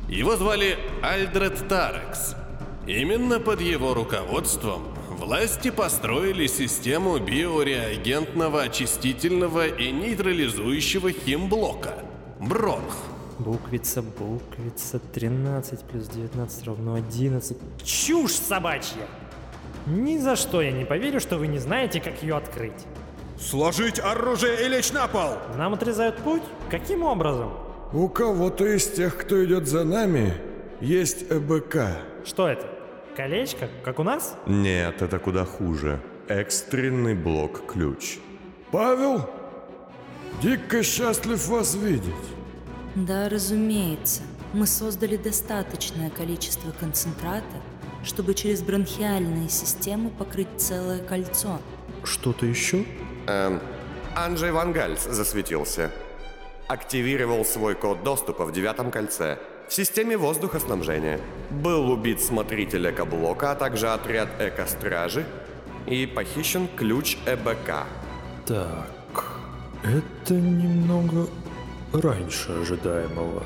Его звали Альдред Тарекс. Именно под его руководством власти построили систему биореагентного очистительного и нейтрализующего химблока – Бронх. Буквица, 13 плюс 19 равно 11. Чушь собачья! Ни за что я не поверю, что вы не знаете, как ее открыть. Сложить оружие и лечь на пол! Нам отрезают путь? Каким образом? У кого-то из тех, кто идет за нами, есть ЭБК. Что это? Колечко, как у нас? Нет, это куда хуже. Экстренный блок-ключ. Павел, дико счастлив вас видеть. Да, разумеется. Мы создали достаточное количество концентрата, чтобы через бронхиальные системы покрыть целое кольцо. Что-то еще? Анджей Ван Гальц засветился. Активировал свой код доступа в 9 кольце в системе воздухоснабжения. Был убит смотритель Эко-блока, а также отряд Эко-стражи и похищен ключ ЭБК. Так, это немного раньше ожидаемого.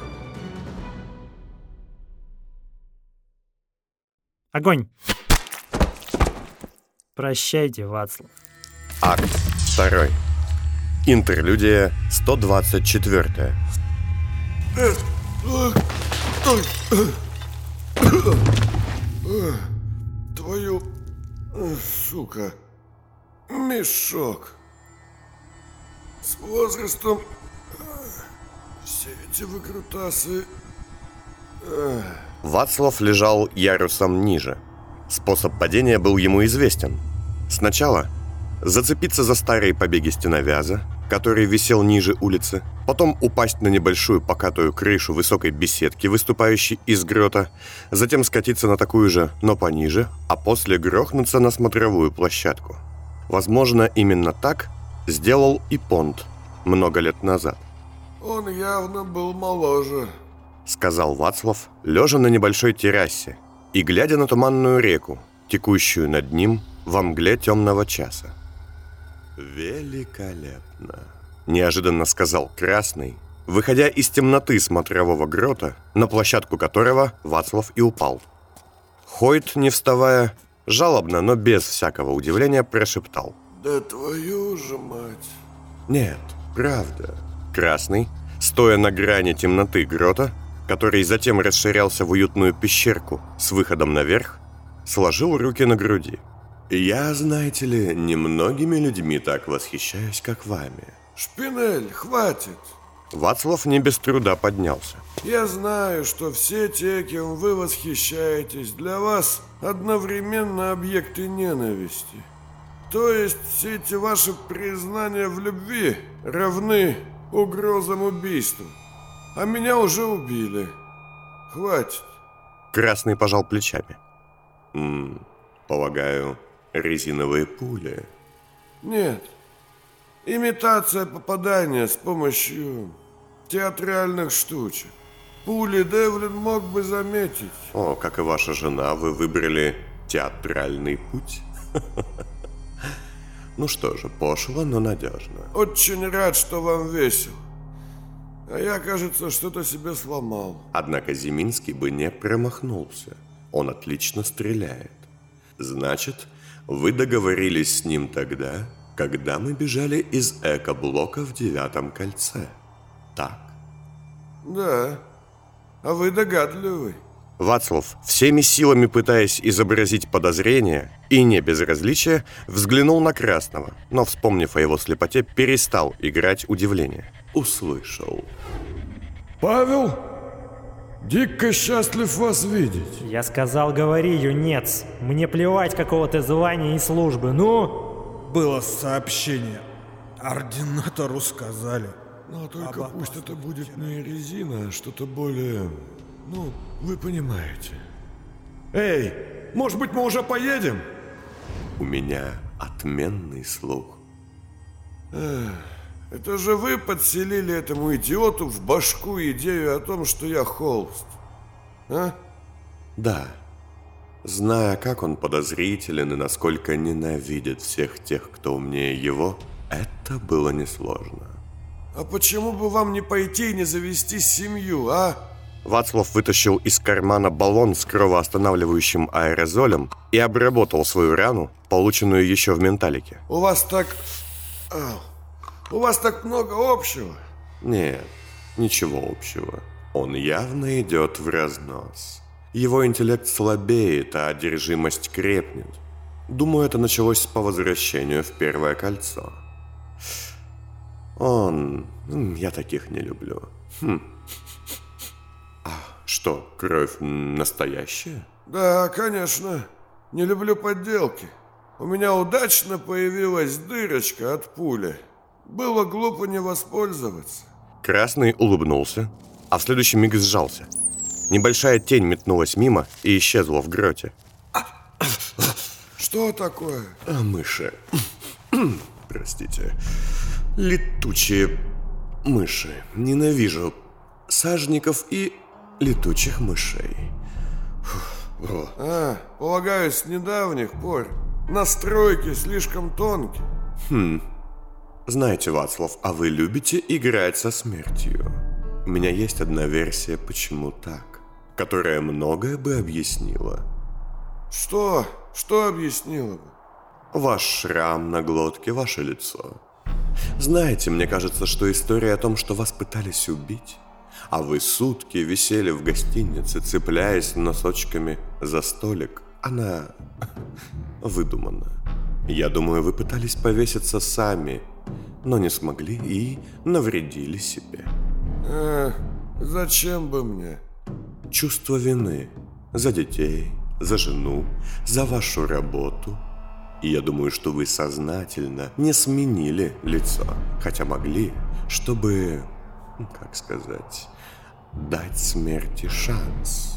Огонь! Прощайте, Вацлав. Акт 2. Интерлюдия 124. Твою, сука, мешок. С возрастом все эти выкрутасы. Вацлав лежал ярусом ниже. Способ падения был ему известен. Сначала зацепиться за старые побеги стеновяза, который висел ниже улицы, потом упасть на небольшую покатую крышу высокой беседки, выступающей из грота, затем скатиться на такую же, но пониже, а после грохнуться на смотровую площадку. Возможно, именно так сделал и Понт много лет назад. Он явно был моложе, сказал Вацлав, лежа на небольшой террасе и глядя на туманную реку, текущую над ним во мгле темного часа. «Великолепно!» – неожиданно сказал Красный, выходя из темноты смотрового грота, на площадку которого Вацлав и упал. Хойт, не вставая, жалобно, но без всякого удивления прошептал: «Да твою же мать!» «Нет, правда». Красный, стоя на грани темноты грота, который затем расширялся в уютную пещерку с выходом наверх, сложил руки на груди. «Я, знаете ли, немногими людьми так восхищаюсь, как вами». «Шпинель, хватит!» Вацлав не без труда поднялся. «Я знаю, что все те, кем вы восхищаетесь, для вас одновременно объекты ненависти. То есть все эти ваши признания в любви равны угрозам убийства. А меня уже убили. Хватит». Красный пожал плечами. Полагаю, резиновые пули? Нет. Имитация попадания с помощью театральных штучек. Пули Девлин мог бы заметить. О, как и ваша жена, вы выбрали театральный путь? Ну что же, пошло, но надежно. Очень рад, что вам весело. А я, кажется, что-то себе сломал. Однако Зиминский бы не промахнулся. Он отлично стреляет. Значит, вы договорились с ним тогда, когда мы бежали из Эко-блока в 9 кольце. Так? Да. А вы догадливый. Вацлав, всеми силами пытаясь изобразить подозрение и не безразличие, взглянул на Красного, но, вспомнив о его слепоте, перестал играть удивление. Услышал. «Павел, дико счастлив вас видеть». Я сказал, говори, юнец. Мне плевать, какого ты звания и службы, ну... Было сообщение. Ординатору сказали. Но только пусть это будет не резина, а что-то более... Ну, вы понимаете. Эй, может быть, мы уже поедем? У меня отменный слух. Это же вы подселили этому идиоту в башку идею о том, что я холст. А? Да. Зная, как он подозрителен и насколько ненавидит всех тех, кто умнее его, это было несложно. А почему бы вам не пойти и не завести семью, а? Вацлав вытащил из кармана баллон с кровоостанавливающим аэрозолем и обработал свою рану, полученную еще в менталике. У вас так много общего. Нет, ничего общего. Он явно идет в разнос. Его интеллект слабеет, а одержимость крепнет. Думаю, это началось по возвращению в Первое кольцо. Я таких не люблю. Что, кровь настоящая? Да, конечно. Не люблю подделки. У меня удачно появилась дырочка от пули. Было глупо не воспользоваться. Красный улыбнулся, а в следующий миг сжался. Небольшая тень метнулась мимо и исчезла в гроте. Что такое? Мыши. Простите. Летучие мыши. Ненавижу сажников и летучих мышей. Полагаю, с недавних пор. Настройки слишком тонкие. Знаете, Вацлав, а вы любите играть со смертью? У меня есть одна версия, почему так, которая многое бы объяснила. Что? Что объяснило бы? Ваш шрам на глотке, ваше лицо. Знаете, мне кажется, что история о том, что вас пытались убить, а вы сутки висели в гостинице, цепляясь носочками за столик, она выдумана. Я думаю, вы пытались повеситься сами, но не смогли и навредили себе. Зачем бы мне? Чувство вины за детей, за жену, за вашу работу. И я думаю, что вы сознательно не сменили лицо, хотя могли, чтобы, как сказать, дать смерти шанс.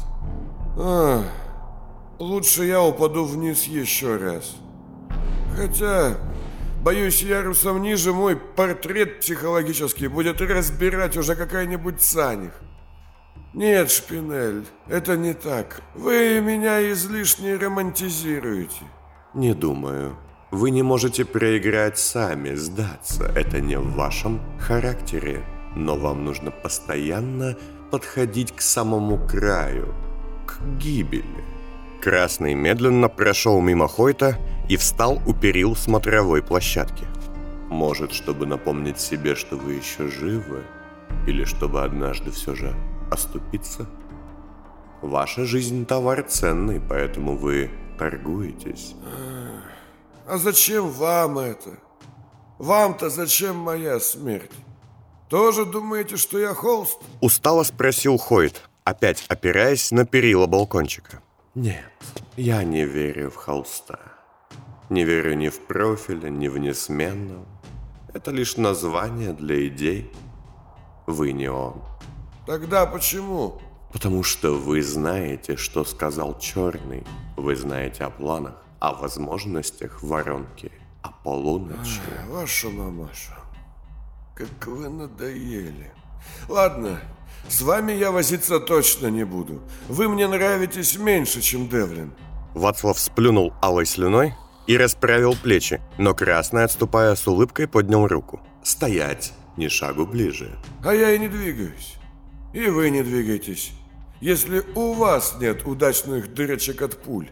Лучше я упаду вниз еще раз. Хотя, боюсь, ярусом ниже мой портрет психологический будет разбирать уже какая-нибудь Саних. Нет, Шпинель, это не так. Вы меня излишне романтизируете. Не думаю. Вы не можете проиграть сами, сдаться. Это не в вашем характере. Но вам нужно постоянно подходить к самому краю, к гибели. Красный медленно прошел мимо Хойта и встал у перил смотровой площадки. Может, чтобы напомнить себе, что вы еще живы? Или чтобы однажды все же оступиться? Ваша жизнь – товар ценный, поэтому вы торгуетесь. А зачем вам это? Вам-то зачем моя смерть? Тоже думаете, что я холст? Устало спросил Хойт, опять опираясь на перила балкончика. Нет, я не верю в холста. Не верю ни в профиля, ни в несменного. Это лишь название для идей. Вы не он. Тогда почему? Потому что вы знаете, что сказал Черный. Вы знаете о планах, о возможностях воронки, о полуночи. Ваша мамаша, как вы надоели. Ладно, с вами я возиться точно не буду. Вы мне нравитесь меньше, чем Девлин. Вацлав сплюнул алой слюной и расправил плечи, но Красный, отступая с улыбкой, поднял руку. Стоять, ни шагу ближе. А я и не двигаюсь. И вы не двигайтесь, если у вас нет удачных дырочек от пуль.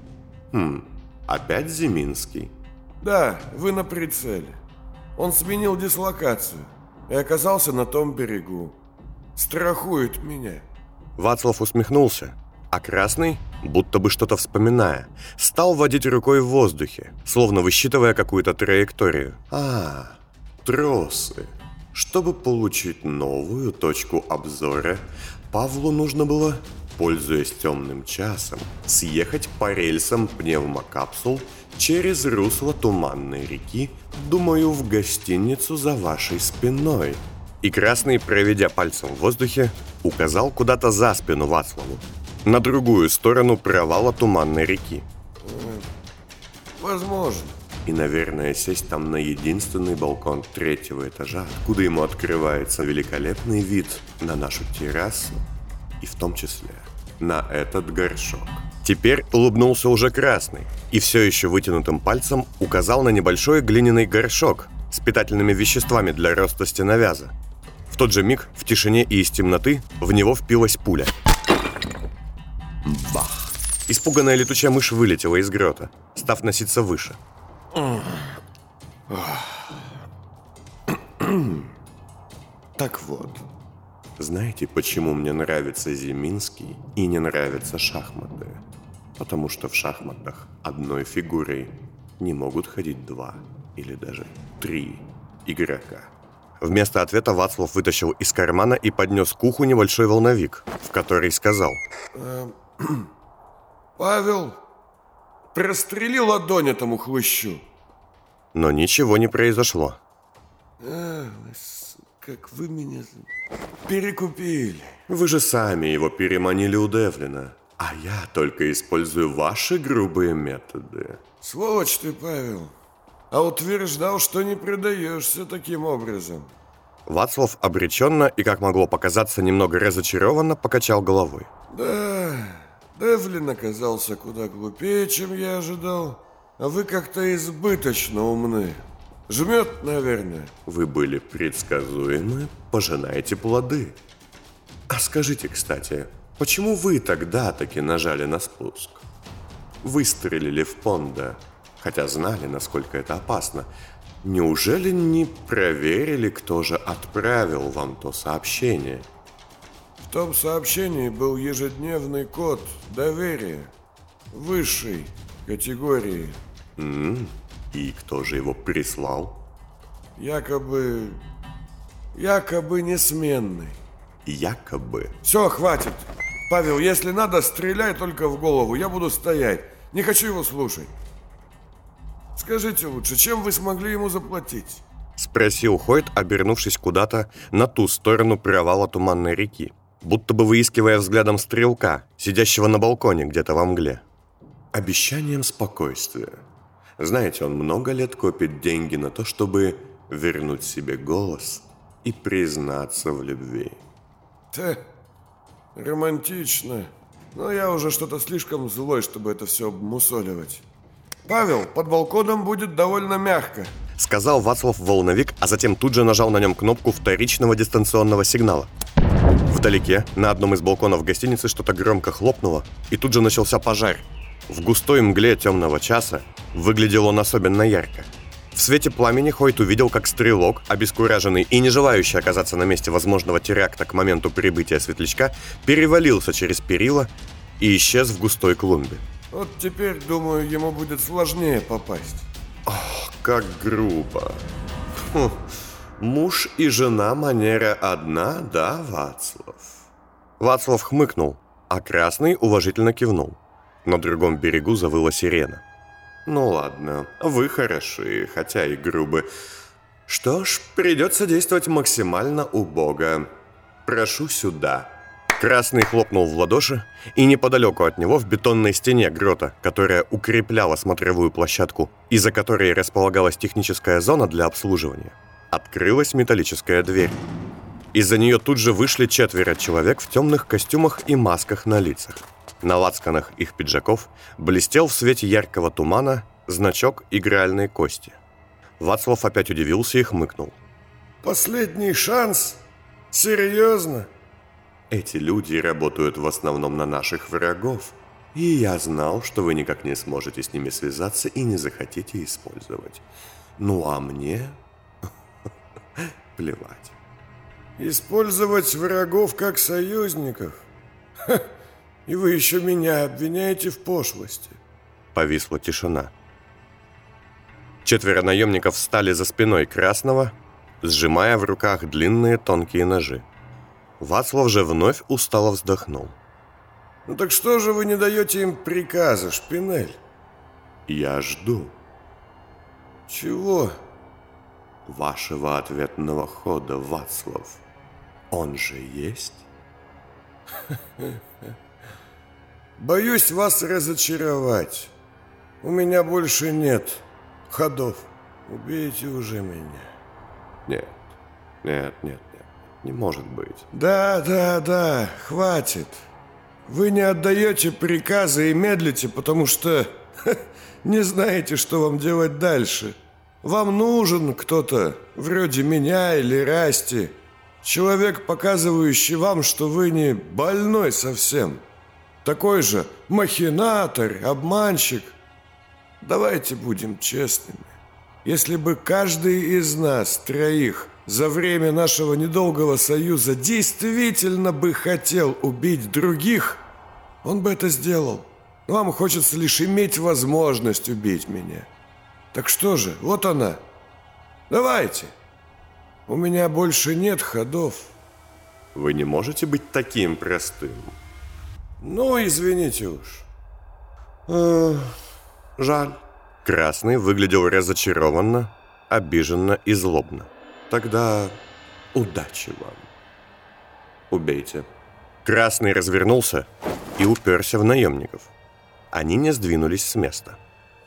Опять Зиминский? Да, вы на прицеле. Он сменил дислокацию и оказался на том берегу. Страхует меня. Вацлав усмехнулся, а Красный, будто бы что-то вспоминая, стал водить рукой в воздухе, словно высчитывая какую-то траекторию. Тросы. Чтобы получить новую точку обзора, Павлу нужно было, пользуясь темным часом, съехать по рельсам пневмокапсул через русло Туманной реки, думаю, в гостиницу за вашей спиной. И Красный, проведя пальцем в воздухе, указал куда-то за спину Вацлаву, на другую сторону провала Туманной реки. Возможно. И, наверное, сесть там на единственный балкон 3-го этажа, откуда ему открывается великолепный вид на нашу террасу, и в том числе на этот горшок. Теперь улыбнулся уже Красный и все еще вытянутым пальцем указал на небольшой глиняный горшок с питательными веществами для роста стеновяза. В тот же миг, в тишине и из темноты, в него впилась пуля. Бах! Испуганная летучая мышь вылетела из грота, став носиться выше. Так вот, знаете, почему мне нравится Зиминский и не нравятся шахматы? Потому что в шахматах одной фигурой не могут ходить 2 или даже 3 игрока. Вместо ответа Вацлав вытащил из кармана и поднес к уху небольшой волновик, в который сказал: Павел, прострели ладонь этому хлыщу. Но ничего не произошло. Как вы меня перекупили. Вы же сами его переманили у Девлина, а я только использую ваши грубые методы. Сволочь ты, Павел. А утверждал, что не предаешься таким образом. Вацлав обреченно и, как могло показаться, немного разочарованно покачал головой. Да, Девлин оказался куда глупее, чем я ожидал. А вы как-то избыточно умны. Жмет, наверное. Вы были предсказуемы, пожинаете плоды. А скажите, кстати, почему вы тогда таки нажали на спуск? Выстрелили в Понда, хотя знали, насколько это опасно. Неужели не проверили, кто же отправил вам то сообщение? В том сообщении был ежедневный код доверия высшей категории. И кто же его прислал? Якобы несменный. Якобы. Все, хватит. Павел, если надо, стреляй только в голову. Я буду стоять. Не хочу его слушать. Скажите лучше, чем вы смогли ему заплатить? Спросил Хойт, обернувшись куда-то на ту сторону провала туманной реки, будто бы выискивая взглядом стрелка, сидящего на балконе где-то во мгле. Обещанием спокойствия. Знаете, он много лет копит деньги на то, чтобы вернуть себе голос и признаться в любви. Романтично. Но я уже что-то слишком злой, чтобы это все обмусоливать. Павел, под балконом будет довольно мягко, сказал Вацлав в волновик, а затем тут же нажал на нем кнопку вторичного дистанционного сигнала. Вдалеке, на одном из балконов гостиницы, что-то громко хлопнуло, и тут же начался пожар. В густой мгле темного часа выглядел он особенно ярко. В свете пламени Хойт увидел, как стрелок, обескураженный и не желающий оказаться на месте возможного теракта к моменту прибытия светлячка, перевалился через перила и исчез в густой клумбе. Вот теперь, думаю, ему будет сложнее попасть. Ох, как грубо. Муж и жена манера одна, да, Вацлав? Вацлав хмыкнул, а Красный уважительно кивнул. На другом берегу завыла сирена. Ну ладно, вы хороши, хотя и грубы. Что ж, придется действовать максимально убого. Прошу сюда. Красный хлопнул в ладоши, и неподалеку от него в бетонной стене грота, которая укрепляла смотровую площадку и за которой располагалась техническая зона для обслуживания, открылась металлическая дверь. Из-за нее тут же вышли 4 человек в темных костюмах и масках на лицах. На лацканах их пиджаков блестел в свете яркого тумана значок игральной кости. Вацлав опять удивился и хмыкнул. Последний шанс? Серьезно? Эти люди работают в основном на наших врагов, и я знал, что вы никак не сможете с ними связаться и не захотите использовать. Ну а мне плевать. Использовать врагов как союзников? И вы еще меня обвиняете в пошлости. Повисла тишина. 4 наемников встали за спиной Красного, сжимая в руках длинные тонкие ножи. Вацлав же вновь устало вздохнул. Ну так что же вы не даете им приказа, Шпинель? Я жду. Чего? Вашего ответного хода, Вацлав. Он же есть? Боюсь вас разочаровать. У меня больше нет ходов. Убейте уже меня. Нет. Не может быть. Да, хватит. Вы не отдаете приказы и медлите, потому что не знаете, что вам делать дальше. Вам нужен кто-то, вроде меня или Расти, Человек, показывающий вам, что вы не больной совсем. Такой же махинатор, обманщик. Давайте будем честными. Если бы каждый из нас троих за время нашего недолгого союза действительно бы хотел убить других, он бы это сделал. Вам хочется лишь иметь возможность убить меня. Так что же, вот она. Давайте. У меня больше нет ходов. Вы не можете быть таким простым. Ну, извините уж. Жаль. Красный выглядел разочарованно, обиженно и злобно. Тогда удачи вам. Убейте. Красный развернулся и уперся в наемников. Они не сдвинулись с места.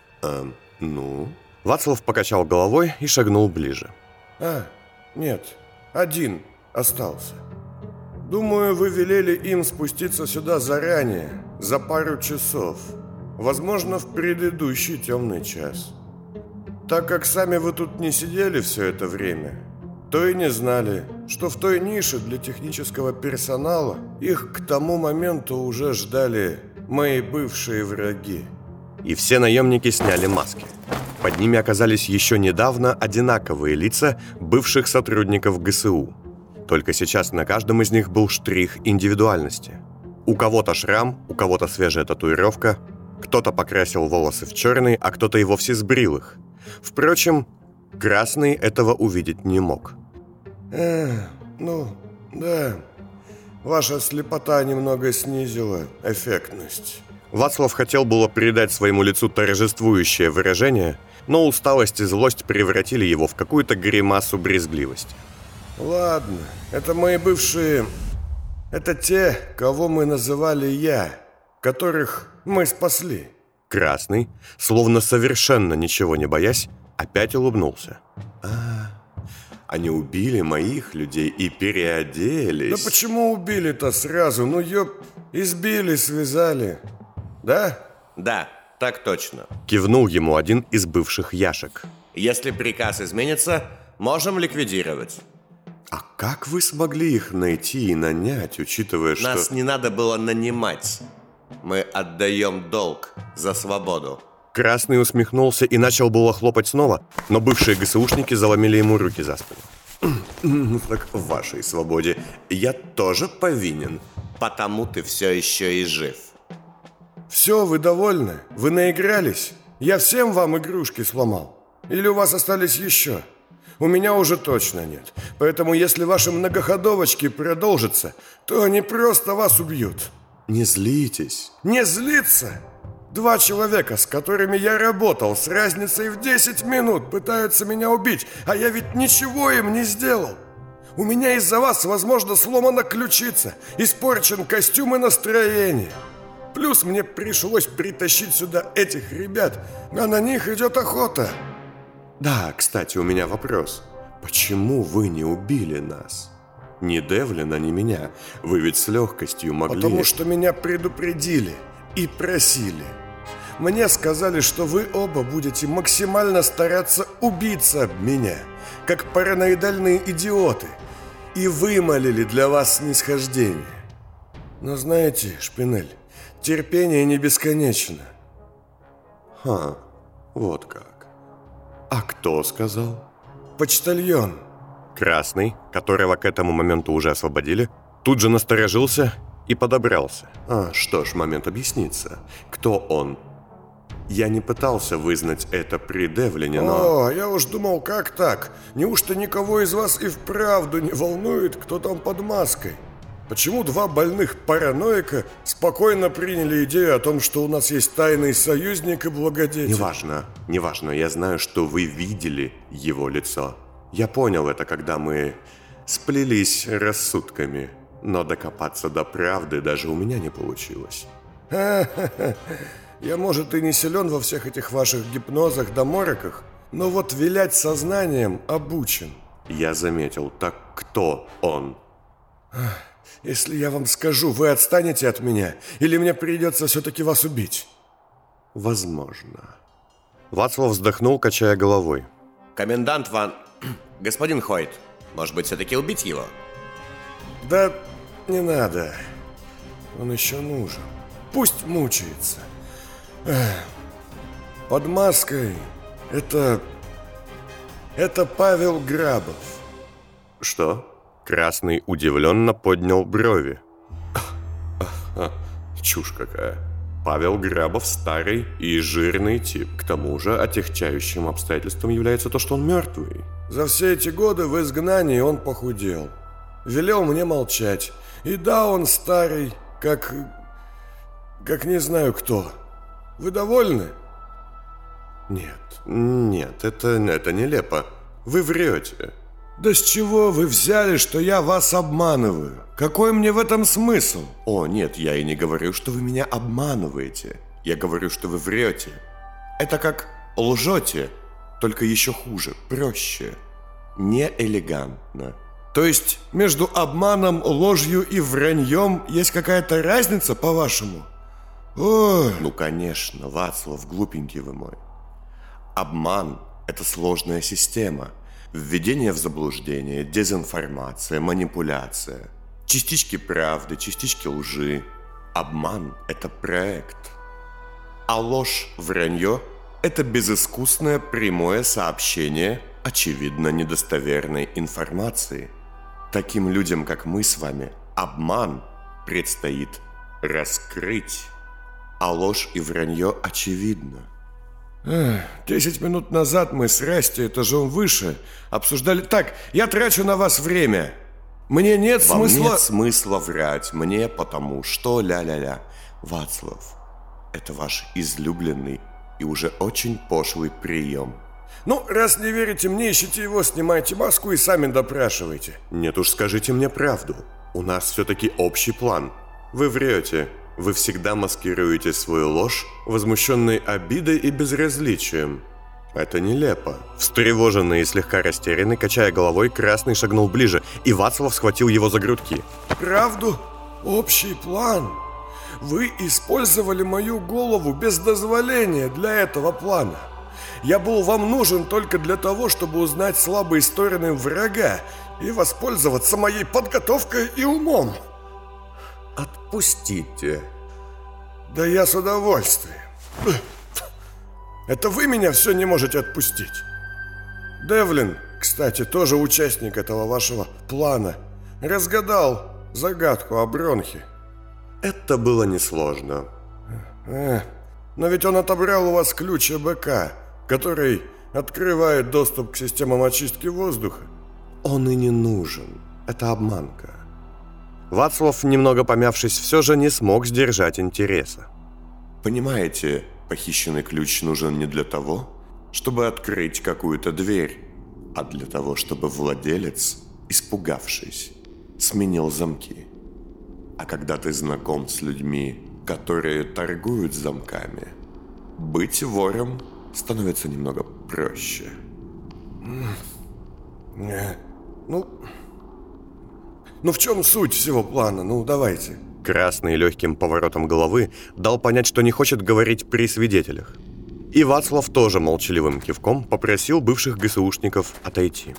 Ну? Вацлав покачал головой и шагнул ближе. Нет, один остался. Думаю, вы велели им спуститься сюда заранее, за пару часов. Возможно, в предыдущий темный час. Так как сами вы тут не сидели все это время, то и не знали, что в той нише для технического персонала их к тому моменту уже ждали мои бывшие враги. И все наемники сняли маски. Под ними оказались еще недавно одинаковые лица бывших сотрудников ГСУ. Только сейчас на каждом из них был штрих индивидуальности. У кого-то шрам, у кого-то свежая татуировка, кто-то покрасил волосы в черный, а кто-то и вовсе сбрил их. Впрочем, Красный этого увидеть не мог. Ну, да. Ваша слепота немного снизила эффектность. Вацлав хотел было придать своему лицу торжествующее выражение, но усталость и злость превратили его в какую-то гримасу брезгливости. Ладно, это мои бывшие... Это те, кого мы называли «я», которых мы спасли. Красный, словно совершенно ничего не боясь, опять улыбнулся. Они убили моих людей и переоделись. Да почему убили-то сразу? Ну, избили, связали. Да? Да, так точно. Кивнул ему один из бывших яшек. Если приказ изменится, можем ликвидировать. А как вы смогли их найти и нанять, учитывая, что... Нас не надо было нанимать. Мы отдаем долг за свободу. Красный усмехнулся и начал было хлопать снова, но бывшие ГСУшники заломили ему руки за спину. Так в вашей свободе я тоже повинен. Потому ты все еще и жив. Все, вы довольны? Вы наигрались? Я всем вам игрушки сломал? Или у вас остались еще? У меня уже точно нет. Поэтому если ваши многоходовочки продолжатся, то они просто вас убьют. Не злитесь. Не злиться? 2 человека, с которыми я работал, с разницей в 10 минут пытаются меня убить, а я ведь ничего им не сделал. У меня из-за вас, возможно, сломана ключица, испорчен костюм и настроение. Плюс мне пришлось притащить сюда этих ребят, а на них идет охота. Да, кстати, у меня вопрос. Почему вы не убили нас? Ни Девлина, ни меня. Вы ведь с легкостью могли... Потому что меня предупредили и просили. Мне сказали, что вы оба будете максимально стараться убиться об меня, как параноидальные идиоты, и вымолили для вас снисхождение. Но знаете, Шпинель, терпение не бесконечно. Вот как. А кто сказал? Почтальон. Красный, которого к этому моменту уже освободили, тут же насторожился и подобрался. Что ж, момент объяснится. Кто он? Я не пытался вызнать это при Девлине, но... Я уж думал, как так? Неужто никого из вас и вправду не волнует, кто там под маской? Почему 2 больных параноика спокойно приняли идею о том, что у нас есть тайный союзник и благодетель? Неважно, я знаю, что вы видели его лицо. Я понял это, когда мы сплелись рассудками, но докопаться до правды даже у меня не получилось. Я, может, и не силен во всех этих ваших гипнозах да мороках, но вот вилять сознанием обучен. Я заметил, так кто он? Если я вам скажу, вы отстанете от меня, или мне придется все-таки вас убить? Возможно. Вацлав вздохнул, качая головой. Комендант Ван... Господин Хойт, может быть, все-таки убить его? Да не надо. Он еще нужен. Пусть мучается. Под маской это Павел Грабов. Что? Красный удивленно поднял брови. Чушь какая. Павел Грабов старый и жирный тип. К тому же отягчающим обстоятельством является то, что он мертвый. За все эти годы в изгнании он похудел. Велел мне молчать. И да, он старый, как не знаю кто. Вы довольны? Нет, это нелепо. Вы врете. Да с чего вы взяли, что я вас обманываю? Какой мне в этом смысл? О, нет, я и не говорю, что вы меня обманываете. Я говорю, что вы врете. Это как лжете, только еще хуже, проще. Не элегантно. То есть между обманом, ложью и враньем есть какая-то разница, по-вашему? Ой. Ну, конечно, Вацлав, глупенький вы мой. Обман – это сложная система. Введение в заблуждение, дезинформация, манипуляция. Частички правды, частички лжи. Обман – это проект. А ложь, вранье – это безыскусное прямое сообщение очевидно недостоверной информации. Таким людям, как мы с вами, обман предстоит раскрыть. А ложь и вранье очевидно. 10 минут назад мы с Расти этажом выше обсуждали... Так, я трачу на вас время. Мне нет смысла... Вам нет смысла врать мне, потому что ля-ля-ля. Вацлав, это ваш излюбленный и уже очень пошлый прием. Ну, раз не верите мне, ищите его, снимайте маску и сами допрашивайте. Нет уж, скажите мне правду. У нас все-таки общий план. Вы врете. Вы всегда маскируете свою ложь, возмущенной обидой и безразличием. Это нелепо. Встревоженный и слегка растерянный, качая головой, Красный шагнул ближе, и Вацлав схватил его за грудки. Правду? Общий план? Вы использовали мою голову без дозволения для этого плана. Я был вам нужен только для того, чтобы узнать слабые стороны врага и воспользоваться моей подготовкой и умом. Отпустите. Да я с удовольствием. Это вы меня все не можете отпустить. Девлин, кстати, тоже участник этого вашего плана, разгадал загадку о бронхе. Это было несложно. Но ведь он отобрал у вас ключ ЭБК, который открывает доступ к системам очистки воздуха. Он и не нужен. Это обманка. Вацлав, немного помявшись, все же не смог сдержать интереса. Понимаете, похищенный ключ нужен не для того, чтобы открыть какую-то дверь, а для того, чтобы владелец, испугавшись, сменил замки. А когда ты знаком с людьми, которые торгуют замками, быть вором становится немного проще. Ну в чем суть всего плана? Ну давайте. Красный легким поворотом головы дал понять, что не хочет говорить при свидетелях. И Вацлав тоже молчаливым кивком попросил бывших ГСУшников отойти.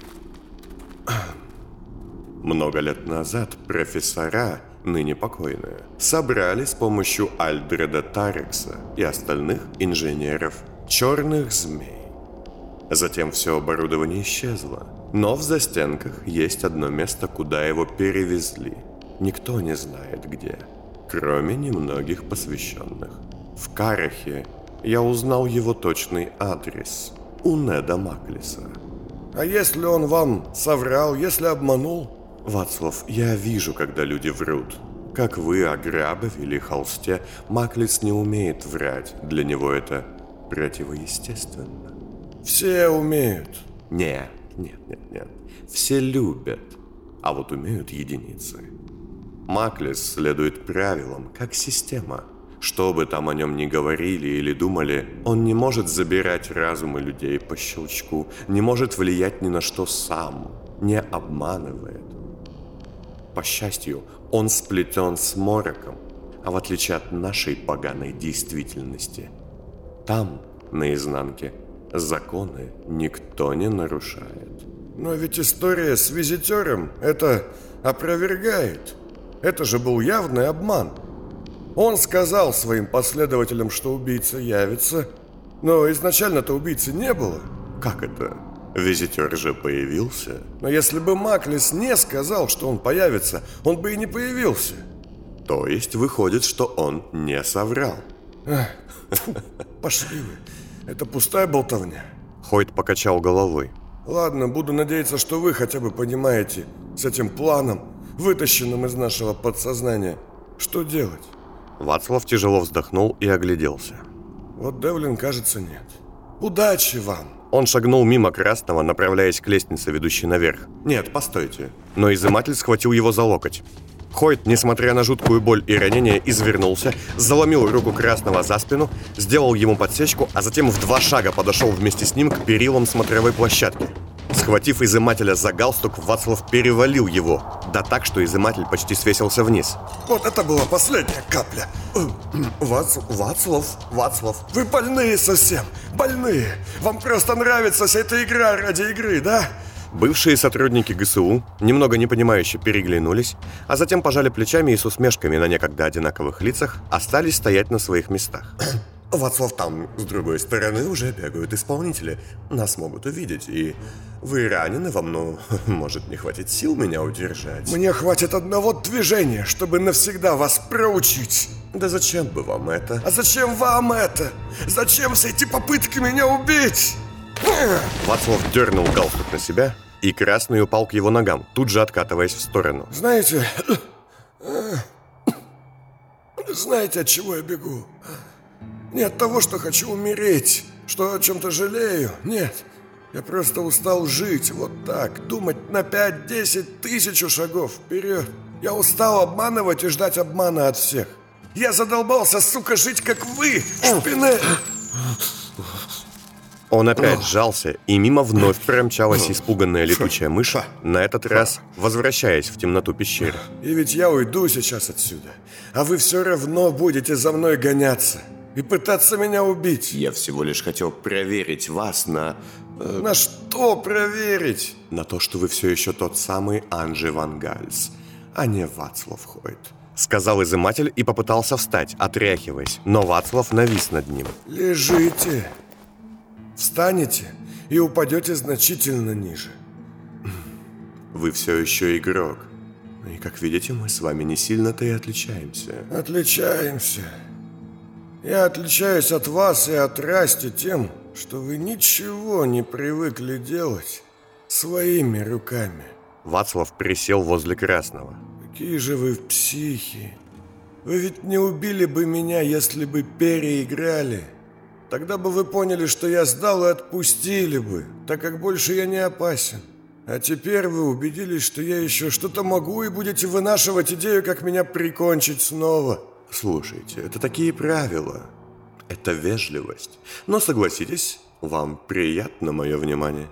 Много лет назад профессора, ныне покойные, собрали с помощью Альдреда Тарекса и остальных инженеров черных змей. Затем все оборудование исчезло, но в застенках есть одно место, куда его перевезли. Никто не знает где, кроме немногих посвященных. В Карахе я узнал его точный адрес у Неда Маклиса. А если он вам соврал, если обманул? Вацлав, я вижу, когда люди врут. Как вы о Грабове или Холсте, Маклис не умеет врать. Для него это противоестественно. Все умеют. Нет. Все любят, а вот умеют единицы. Маклис следует правилам, как система. Что бы там о нем ни говорили или думали, он не может забирать разумы людей по щелчку, не может влиять ни на что сам, не обманывает. По счастью, он сплетен с мороком, а в отличие от нашей поганой действительности, там, наизнанке, законы никто не нарушает. Но ведь история с визитером – это опровергает. Это же был явный обман. Он сказал своим последователям, что убийца явится, но изначально-то убийцы не было. Как это? Визитер же появился. Но если бы Маклис не сказал, что он появится, он бы и не появился. То есть выходит, что он не соврал. Пошли вы. Это пустая болтовня. Хойт покачал головой. Ладно, буду надеяться, что вы хотя бы понимаете с этим планом, вытащенным из нашего подсознания, что делать. Вацлав тяжело вздохнул и огляделся. Вот Девлин, кажется, нет. Удачи вам! Он шагнул мимо Красного, направляясь к лестнице, ведущей наверх. «Нет, постойте». Но изыматель схватил его за локоть. Хойт, несмотря на жуткую боль и ранение, извернулся, заломил руку Красного за спину, сделал ему подсечку, а затем в 2 шага подошел вместе с ним к перилам смотровой площадки. Схватив изымателя за галстук, Вацлав перевалил его, да так, что изыматель почти свесился вниз. Вот это была последняя капля. Вацлав, вы больные совсем, больные. Вам просто нравится вся эта игра ради игры, да? Бывшие сотрудники ГСУ, немного непонимающе переглянулись, а затем пожали плечами и с усмешками на некогда одинаковых лицах остались стоять на своих местах. Вацлав, там, с другой стороны, уже бегают исполнители. Нас могут увидеть, и вы ранены вам, но может не хватит сил меня удержать. Мне хватит одного движения, чтобы навсегда вас проучить. Да зачем бы вам это? А зачем вам это? Зачем все эти попытки меня убить? Вацлав дернул галстук на себя, и Красный упал к его ногам, тут же откатываясь в сторону. Знаете, от чего я бегу? Не от того, что хочу умереть, что о чем-то жалею. Нет, я просто устал жить вот так, думать на 5-10 тысяч шагов вперед. Я устал обманывать и ждать обмана от всех. Я задолбался, сука, жить как вы, Шпинель. Он опять сжался, и мимо вновь промчалась испуганная летучая мышь, на этот раз возвращаясь в темноту пещеры. И ведь я уйду сейчас отсюда, а вы все равно будете за мной гоняться и пытаться меня убить. Я всего лишь хотел проверить вас на... На что проверить? На то, что вы все еще тот самый Анджи Ван Гальс, а не Вацлав Хойт. Сказал изыматель и попытался встать, отряхиваясь, но Вацлав навис над ним. Лежите. Встанете и упадете значительно ниже. Вы все еще игрок. И, как видите, мы с вами не сильно-то и отличаемся. Отличаемся. Я отличаюсь от вас и от Расти тем, что вы ничего не привыкли делать своими руками. Вацлав присел возле Красного. Какие же вы психи. Вы ведь не убили бы меня, если бы переиграли. Тогда бы вы поняли, что я сдал и отпустили бы, так как больше я не опасен. А теперь вы убедились, что я еще что-то могу, и будете вынашивать идею, как меня прикончить снова. Слушайте, это такие правила. Это вежливость. Но согласитесь, вам приятно мое внимание.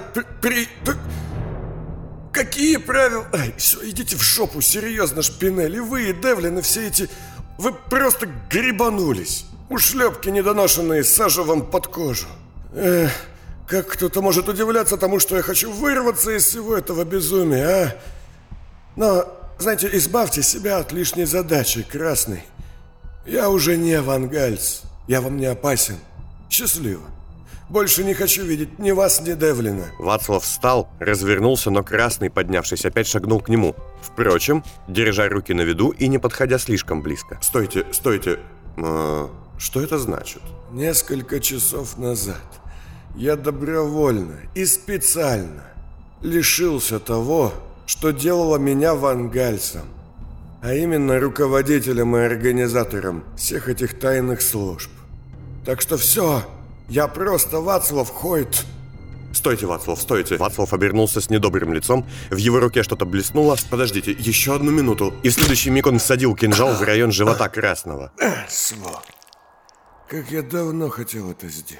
Какие правила? Ай, все, идите в жопу, серьезно, Шпинель. И вы, и Девлин, и все эти... Вы просто гребанулись. Ушлепки недоношенные, сажу вам под кожу. Как кто-то может удивляться тому, что я хочу вырваться из всего этого безумия, а? Но, знаете, избавьте себя от лишней задачи, Красный. Я уже не Ван Гальс. Я вам не опасен. Счастливо. Больше не хочу видеть ни вас, ни Девлина. Вацлав встал, развернулся, но Красный, поднявшись, опять шагнул к нему. Впрочем, держа руки на виду и не подходя слишком близко. Стойте. Что это значит? Несколько часов назад я добровольно и специально лишился того, что делало меня Ван Гальсом, а именно руководителем и организатором всех этих тайных служб. Так что все, я просто Вацлав Хойт. Стойте, Вацлав, стойте. Вацлав обернулся с недобрым лицом, в его руке что-то блеснуло. Подождите, еще одну минуту. И в следующий миг он всадил кинжал в район живота Красного. Сволочь. Как я давно хотел это сделать.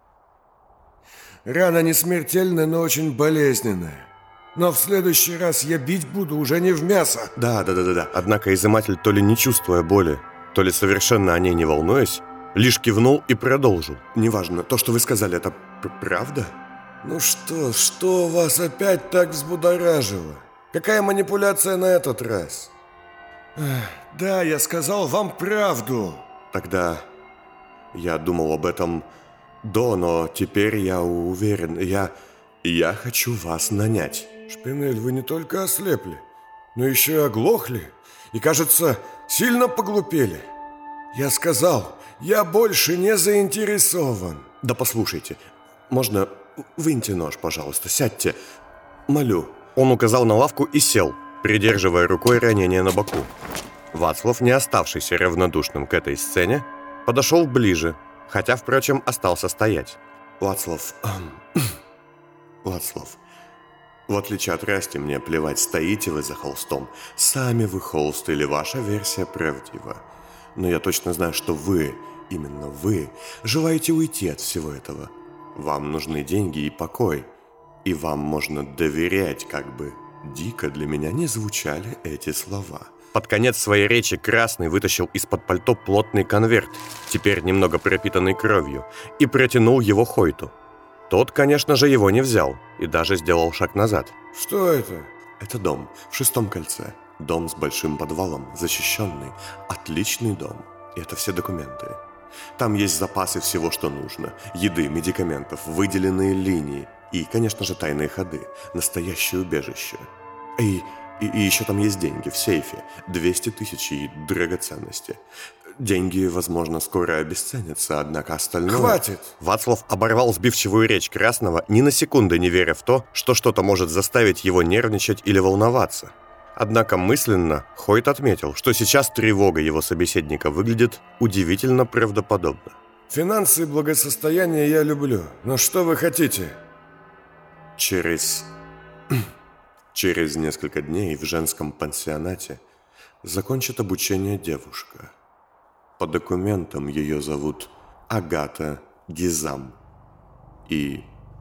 Рана не смертельная, но очень болезненная. Но в следующий раз я бить буду уже не в мясо. Да. Однако изыматель, то ли не чувствуя боли, то ли совершенно о ней не волнуясь, лишь кивнул и продолжил. Неважно, то, что вы сказали, это правда? Ну что вас опять так взбудоражило? Какая манипуляция на этот раз? Да, я сказал вам правду. Тогда я думал об этом но теперь я уверен, я хочу вас нанять. Шпинель, вы не только ослепли, но еще и оглохли. И, кажется, сильно поглупели. Я сказал, я больше не заинтересован. Да послушайте, можно выньте нож, пожалуйста, сядьте. Молю. Он указал на лавку и сел, придерживая рукой ранение на боку. Вацлав, не оставшийся равнодушным к этой сцене, подошел ближе, хотя, впрочем, остался стоять. Вацлав, в отличие от Расти, мне плевать, стоите вы за холстом. Сами вы холст или ваша версия правдива. Но я точно знаю, что вы, именно вы, желаете уйти от всего этого. Вам нужны деньги и покой. И вам можно доверять, как бы дико для меня не звучали эти слова. Под конец своей речи Красный вытащил из-под пальто плотный конверт, теперь немного пропитанный кровью, и протянул его Хойту. Тот, конечно же, его не взял и даже сделал шаг назад. Что это? Это дом в 6-м кольце. Дом с большим подвалом, защищенный, отличный дом. И это все документы. Там есть запасы всего, что нужно. Еды, медикаментов, выделенные линии и, конечно же, тайные ходы. Настоящее убежище. И еще там есть деньги в сейфе. 200 тысяч и драгоценности. Деньги, возможно, скоро обесценятся, однако остальное... Хватит! Вацлав оборвал сбивчивую речь Красного, ни на секунду не веря в то, что что-то может заставить его нервничать или волноваться. Однако мысленно Хойт отметил, что сейчас тревога его собеседника выглядит удивительно правдоподобно. Финансы и благосостояние я люблю, но что вы хотите? Через несколько дней в женском пансионате закончит обучение девушка. По документам ее зовут Агата Гизам. И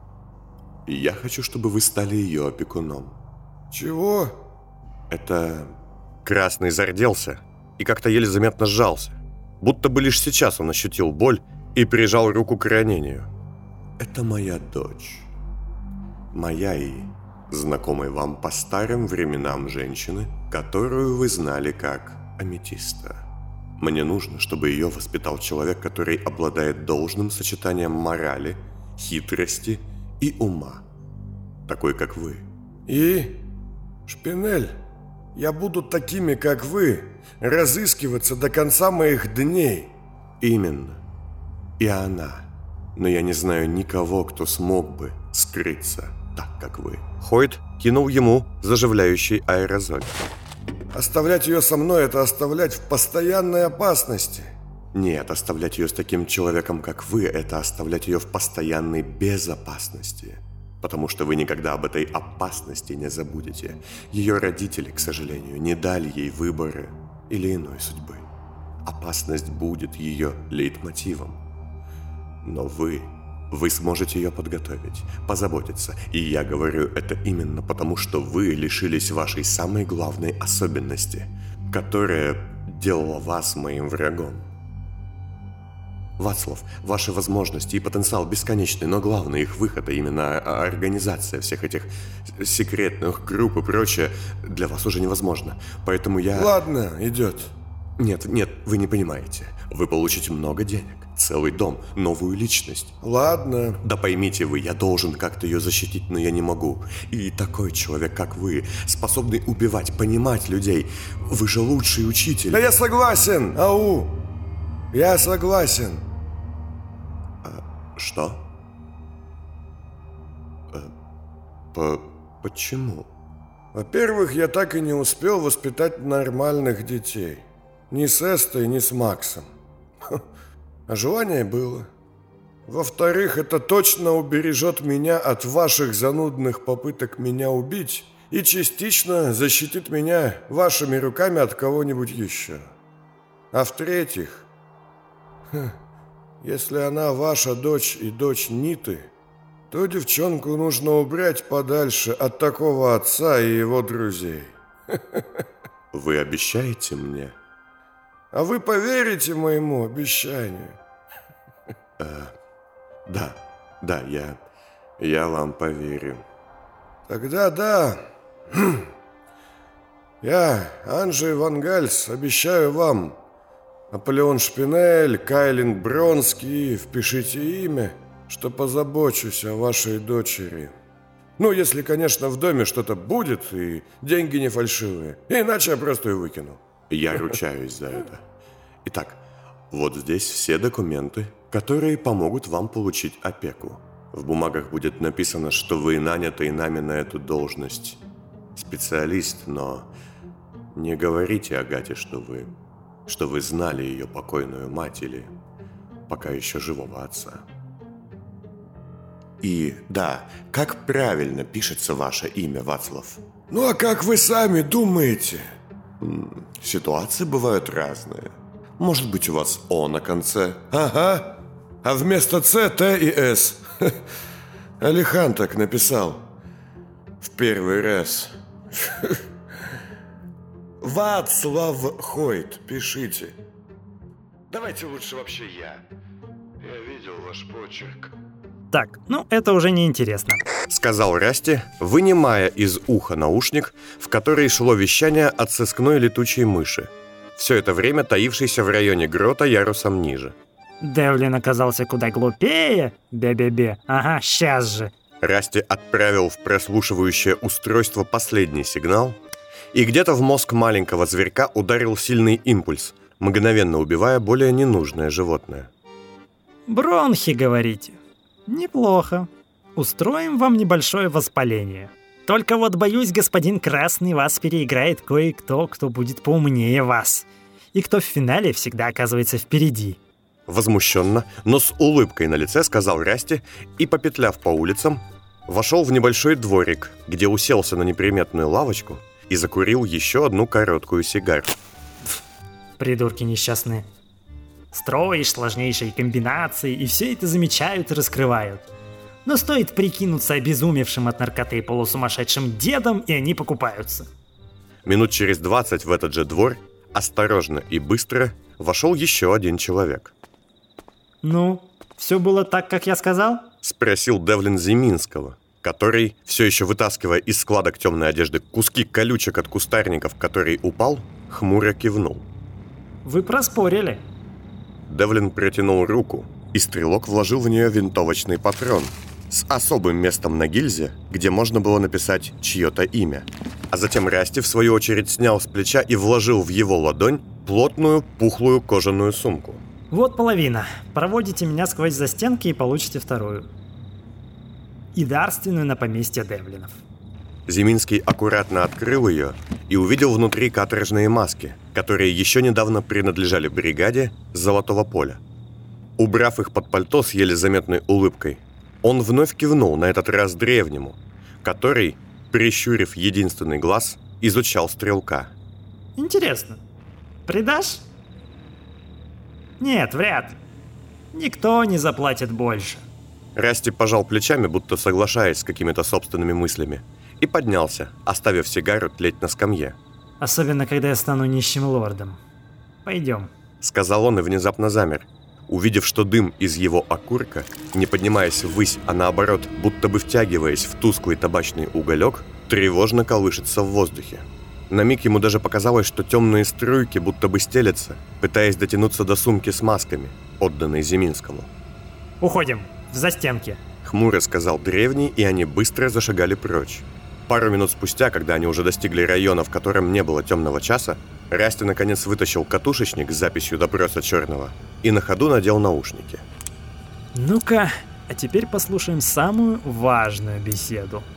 я хочу, чтобы вы стали ее опекуном. Чего? Это... Красный зарделся и как-то еле заметно сжался. Будто бы лишь сейчас он ощутил боль и прижал руку к ранению. Это моя дочь. Моя и знакомой вам по старым временам женщины, которую вы знали как Аметиста. Мне нужно, чтобы ее воспитал человек, который обладает должным сочетанием морали, хитрости и ума. Такой, как вы. И? Шпинель, я буду такими, как вы, разыскиваться до конца моих дней. Именно. И она. Но я не знаю никого, кто смог бы скрыться так, как вы. Хойт кинул ему заживляющий аэрозоль. Оставлять ее со мной – это оставлять в постоянной опасности. Нет, оставлять ее с таким человеком, как вы, это оставлять ее в постоянной безопасности. Потому что вы никогда об этой опасности не забудете. Ее родители, к сожалению, не дали ей выбора или иной судьбы. Опасность будет ее лейтмотивом. Но вы сможете ее подготовить, позаботиться. И я говорю это именно потому, что вы лишились вашей самой главной особенности, которая делала вас моим врагом. Вацлав, ваши возможности и потенциал бесконечны, но главное их выход, а именно организация всех этих секретных групп и прочее, для вас уже невозможно. Поэтому я... Ладно, идет. Нет, вы не понимаете. Вы получите много денег, целый дом, новую личность. Ладно. Да поймите вы, я должен как-то ее защитить, но я не могу. И такой человек, как вы, способный убивать, понимать людей. Вы же лучший учитель. Да я согласен, ау! Я согласен. Что? Почему? Во-первых, я так и не успел воспитать нормальных детей. Ни с Эстой, ни с Максом. А желание было. Во-вторых, это точно убережет меня от ваших занудных попыток меня убить и частично защитит меня вашими руками от кого-нибудь еще. А в-третьих, если она ваша дочь и дочь Ниты, то девчонку нужно убрать подальше от такого отца и его друзей. Вы обещаете мне? А вы поверите моему обещанию? Да, я вам поверю. Тогда да. Я, Анджей Ван Гальс, обещаю вам, Аполеон Шпинель, Кайлин Бронский, впишите имя, что позабочусь о вашей дочери. Ну, если, конечно, в доме что-то будет и деньги не фальшивые. Иначе я просто ее выкину. Я ручаюсь за это. Итак, вот здесь все документы, которые помогут вам получить опеку. В бумагах будет написано, что вы наняты нами на эту должность. Специалист, но не говорите Агате, что вы знали ее покойную мать или пока еще живого отца. И да, как правильно пишется ваше имя, Вацлав? Ну а как вы сами думаете? Ситуации бывают разные. Может быть, у вас «о» на конце? Ага. А вместо «ц» «т» и «с». Алихан так написал. В первый раз. Вацлав Хойт, пишите. Давайте лучше вообще я. Я видел ваш почерк. Так, ну это уже не интересно. Сказал Расти, вынимая из уха наушник, в который шло вещание от сыскной летучей мыши, все это время таившейся в районе грота ярусом ниже. Девлин оказался куда глупее. Бе-бе-бе. Ага, сейчас же. Расти отправил в прослушивающее устройство последний сигнал, и где-то в мозг маленького зверька ударил сильный импульс, мгновенно убивая более ненужное животное. Бронхи, говорите? Неплохо. Устроим вам небольшое воспаление. Только вот, боюсь, господин Красный, вас переиграет кое-кто, кто будет поумнее вас. И кто в финале всегда оказывается впереди. Возмущенно, но с улыбкой на лице сказал Расти и, попетляв по улицам, вошел в небольшой дворик, где уселся на неприметную лавочку и закурил еще одну короткую сигару. Придурки несчастные. Строишь сложнейшие комбинации, и все это замечают и раскрывают. Но стоит прикинуться обезумевшим от наркоты полусумасшедшим дедом, и они покупаются. Минут через 20 в этот же двор, осторожно и быстро, вошел еще один человек. «Ну, все было так, как я сказал?» — спросил Девлин Зиминского, который, все еще вытаскивая из складок темной одежды куски колючек от кустарников, который упал, хмуро кивнул. «Вы проспорили». Девлин протянул руку, и стрелок вложил в нее винтовочный патрон с особым местом на гильзе, где можно было написать чье-то имя. А затем Расти, в свою очередь, снял с плеча и вложил в его ладонь плотную, пухлую кожаную сумку. «Вот половина. Проводите меня сквозь застенки и получите вторую. И дарственную на поместье Девлинов». Зиминский аккуратно открыл ее и увидел внутри каторжные маски, которые еще недавно принадлежали бригаде Золотого поля. Убрав их под пальто с еле заметной улыбкой, он вновь кивнул, на этот раз древнему, который, прищурив единственный глаз, изучал стрелка. «Интересно, предашь?» «Нет, вряд ли. Никто не заплатит больше». Расти пожал плечами, будто соглашаясь с какими-то собственными мыслями, и поднялся, оставив сигару тлеть на скамье. «Особенно, когда я стану нищим лордом. Пойдем», — сказал он и внезапно замер, увидев, что дым из его окурка, не поднимаясь ввысь, а наоборот, будто бы втягиваясь в тусклый табачный уголек, тревожно колышется в воздухе. На миг ему даже показалось, что темные струйки будто бы стелятся, пытаясь дотянуться до сумки с масками, отданной Зиминскому. «Уходим, в застенки», — хмуро сказал древний, и они быстро зашагали прочь. Пару минут спустя, когда они уже достигли района, в котором не было темного часа, Расти наконец вытащил катушечник с записью допроса Черного и на ходу надел наушники. «Ну-ка, а теперь послушаем самую важную беседу».